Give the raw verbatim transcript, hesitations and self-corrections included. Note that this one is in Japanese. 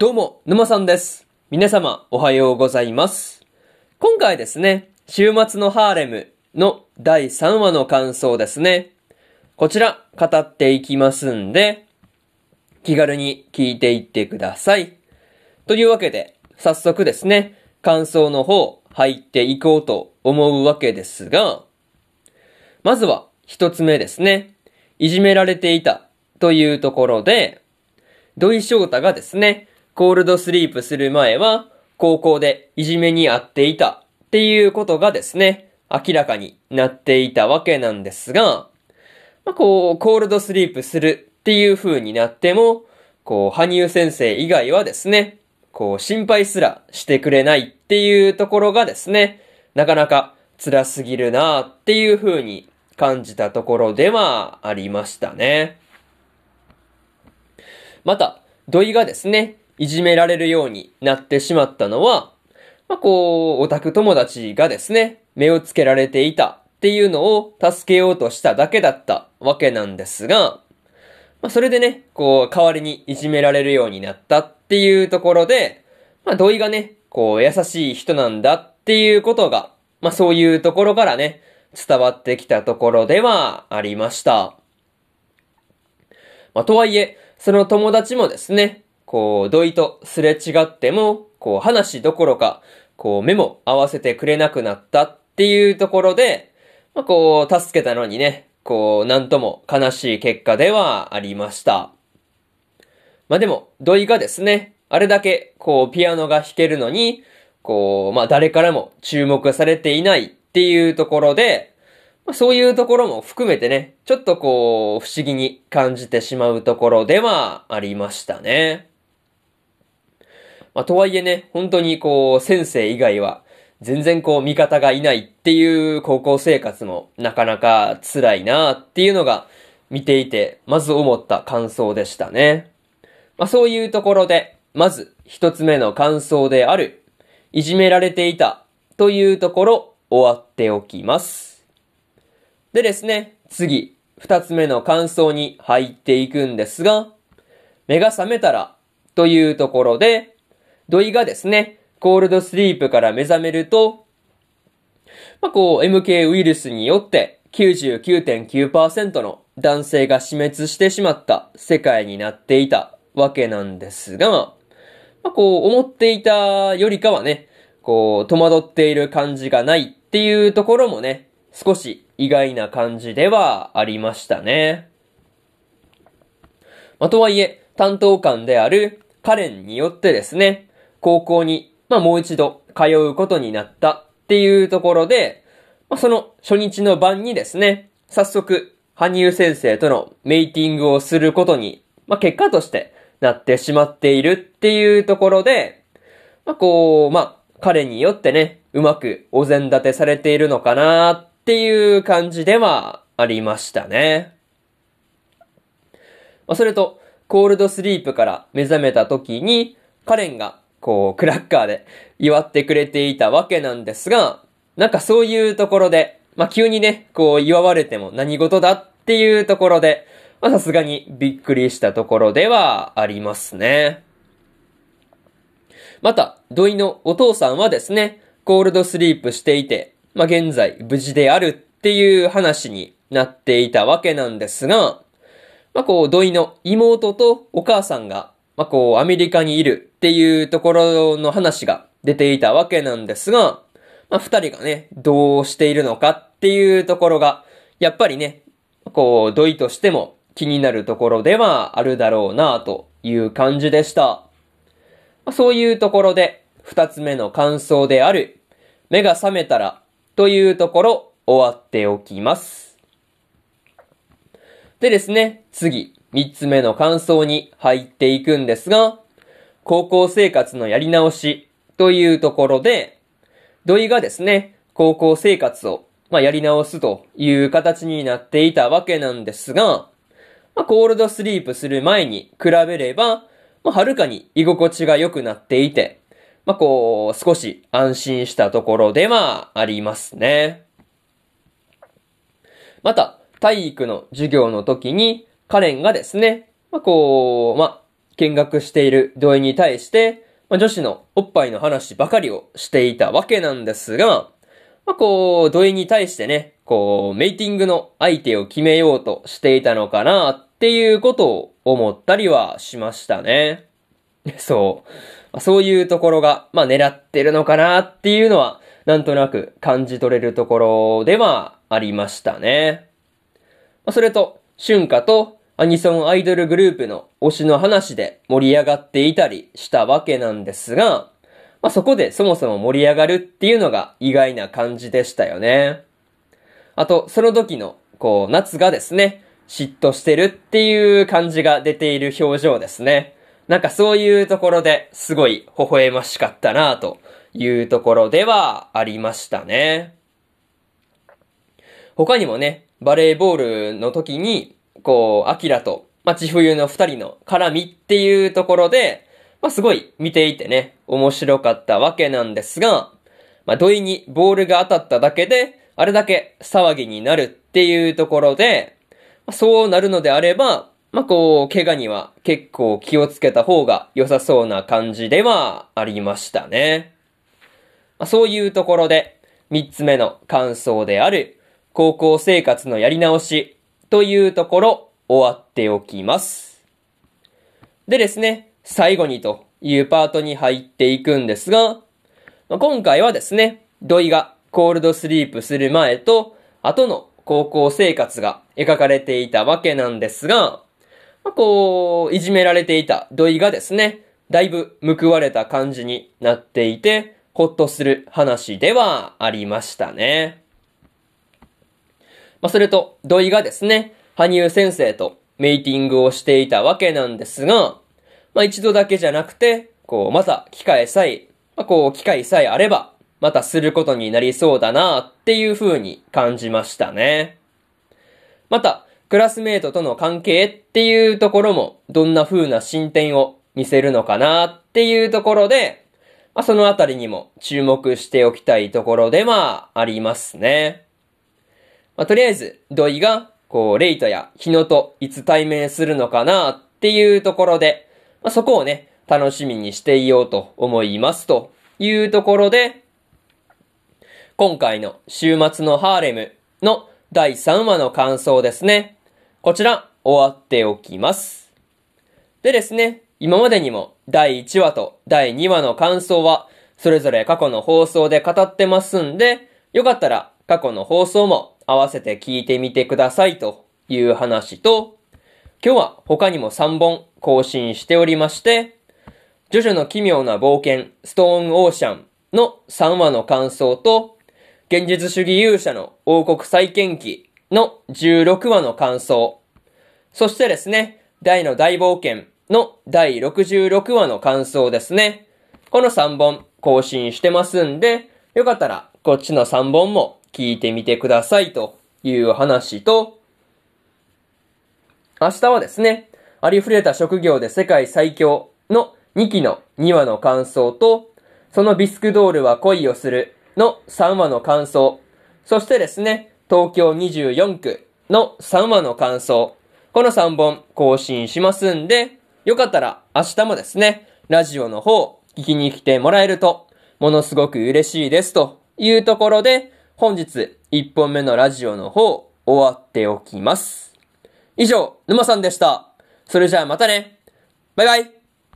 どうも、沼さんです。皆様、おはようございます。今回ですね、週末のハーレムのだいさんわの感想ですね。こちら、語っていきますんで、気軽に聞いていってください。というわけで、早速ですね、感想の方、入っていこうと思うわけですが、まずは、一つ目ですね、いじめられていたというところで、土井翔太がですね、コールドスリープする前は、高校でいじめに遭っていたっていうことがですね、明らかになっていたわけなんですが、まあ、こう、コールドスリープするっていう風になっても、こう、羽生先生以外はですね、こう、心配すらしてくれないっていうところがですね、なかなか辛すぎるなっていう風に感じたところではありましたね。また、土井がですね、いじめられるようになってしまったのは、まあ、こう、オタク友達がですね、目をつけられていたっていうのを助けようとしただけだったわけなんですが、まあ、それでね、こう、代わりにいじめられるようになったっていうところで、まあ、土井がね、こう、優しい人なんだっていうことが、まあ、そういうところからね、伝わってきたところではありました。まあ、とはいえ、その友達もですね、こう、土井とすれ違っても、こう、話どころか、こう、目も合わせてくれなくなったっていうところで、まあ、こう、助けたのにね、こう、なんとも悲しい結果ではありました。まあ、でも、土井がですね、あれだけ、こう、ピアノが弾けるのに、こう、まあ、誰からも注目されていないっていうところで、まあ、そういうところも含めてね、ちょっとこう、不思議に感じてしまうところではありましたね。まあ、とはいえね、本当にこう、先生以外は、全然こう、味方がいないっていう高校生活もなかなか辛いなっていうのが、見ていて、まず思った感想でしたね。まあ、そういうところで、まず一つ目の感想である、いじめられていたというところ、終わっておきます。でですね、次、二つ目の感想に入っていくんですが、目が覚めたらというところで、土井がですね、コールドスリープから目覚めると、まあ、こう、エムケー ウイルスによって きゅうじゅうきゅうてんきゅうパーセント の男性が死滅してしまった世界になっていたわけなんですが、まあ、こう、思っていたよりかはね、こう、戸惑っている感じがないっていうところもね、少し意外な感じではありましたね。まあ、とはいえ、担当官であるカレンによってですね、高校に、まあ、もう一度通うことになったっていうところで、まあ、その初日の晩にですね、早速、羽生先生とのメイティングをすることに、まあ、結果としてなってしまっているっていうところで、まあ、こう、まあ、彼によってね、うまくお膳立てされているのかなっていう感じではありましたね。まあ、それと、コールドスリープから目覚めた時に、カレンが、こう、クラッカーで祝ってくれていたわけなんですが、なんかそういうところで、まあ、急にね、こう、祝われても何事だっていうところで、まあ、さすがにびっくりしたところではありますね。また、土井のお父さんはですね、コールドスリープしていて、まあ、現在無事であるっていう話になっていたわけなんですが、まあ、こう、土井の妹とお母さんが、まあ、こう、アメリカにいるっていうところの話が出ていたわけなんですが、まあ、二人がね、どうしているのかっていうところが、やっぱりね、こう、土井としても気になるところではあるだろうなという感じでした。まあ、そういうところで、二つ目の感想である、目が覚めたらというところ、終わっておきます。でですね、次、三つ目の感想に入っていくんですが、高校生活のやり直しというところで、土井がですね、高校生活を、まあ、やり直すという形になっていたわけなんですが、まあ、コールドスリープする前に比べれば、まあ、はるかに居心地が良くなっていて、まあ、こう、少し安心したところではありますね。また、体育の授業の時に、カレンがですね、まあ、こう、まあ、 見学している土井に対して、まあ、女子のおっぱいの話ばかりをしていたわけなんですが、まあ、こう、土井に対してね、こう、メイティングの相手を決めようとしていたのかなっていうことを思ったりはしましたね。そう。そういうところが、まあ狙ってるのかなっていうのは、なんとなく感じ取れるところではありましたね。それと、春夏とアニソンアイドルグループの推しの話で盛り上がっていたりしたわけなんですが、まあ、そこでそもそも盛り上がるっていうのが意外な感じでしたよね。あと、その時の、こう、夏がですね、嫉妬してるっていう感じが出ている表情ですね。なんかそういうところですごい微笑ましかったなというところではありましたね。他にもね、バレーボールの時に、こう、アキラと、まあ、千冬の二人の絡みっていうところで、まあ、すごい見ていてね、面白かったわけなんですが、まあ、土井にボールが当たっただけで、あれだけ騒ぎになるっていうところで、まあ、そうなるのであれば、まあ、こう、怪我には結構気をつけた方が良さそうな感じではありましたね。まあ、そういうところで、三つ目の感想である、高校生活のやり直しというところ、終わっておきます。でですね、最後にというパートに入っていくんですが、まあ、今回はですね、土井がコールドスリープする前と後の高校生活が描かれていたわけなんですが、まあ、こう、いじめられていた土井がですね、だいぶ報われた感じになっていて、ほっとする話ではありましたね。まあ、それと、土井がですね、羽生先生とメイティングをしていたわけなんですが、まあ、一度だけじゃなくて、こう、また機会さえ、まあ、こう、機会さえあれば、またすることになりそうだなっていう風に感じましたね。また、クラスメートとの関係っていうところも、どんな風な進展を見せるのかなっていうところで、まあ、そのあたりにも注目しておきたいところではありますね。まあ、とりあえず、土井が、こう、レイトや日野といつ対面するのかなっていうところで、まあ、そこをね、楽しみにしていようと思いますというところで、今回の週末のハーレムのだいさんわの感想ですね。こちら、終わっておきます。でですね、今までにもだいいちわとだいにわの感想は、それぞれ過去の放送で語ってますんで、よかったら過去の放送も合わせて聞いてみてくださいという話と、今日は他にもさんぼん更新しておりまして、ジョジョの奇妙な冒険ストーンオーシャンのさんわの感想と、現実主義勇者の王国再建記のじゅうろくわの感想、そしてですね、大の大冒険のだいろくじゅうろくわの感想ですね。このさんぼん更新してますんで、よかったらこっちのさんぼんも聞いてみてくださいという話と、明日はですね、ありふれた職業で世界最強のにきのにわの感想と、そのビスクドールは恋をするのさんわの感想、そしてですね、東京にじゅうよんくのさんわの感想、このさんぼん更新しますんで、よかったら明日もですね、ラジオの方聞きに来てもらえると、ものすごく嬉しいですというところで、本日いっぽんめのラジオの方終わっておきます。以上、沼さんでした。それじゃあまたね。バイバイ。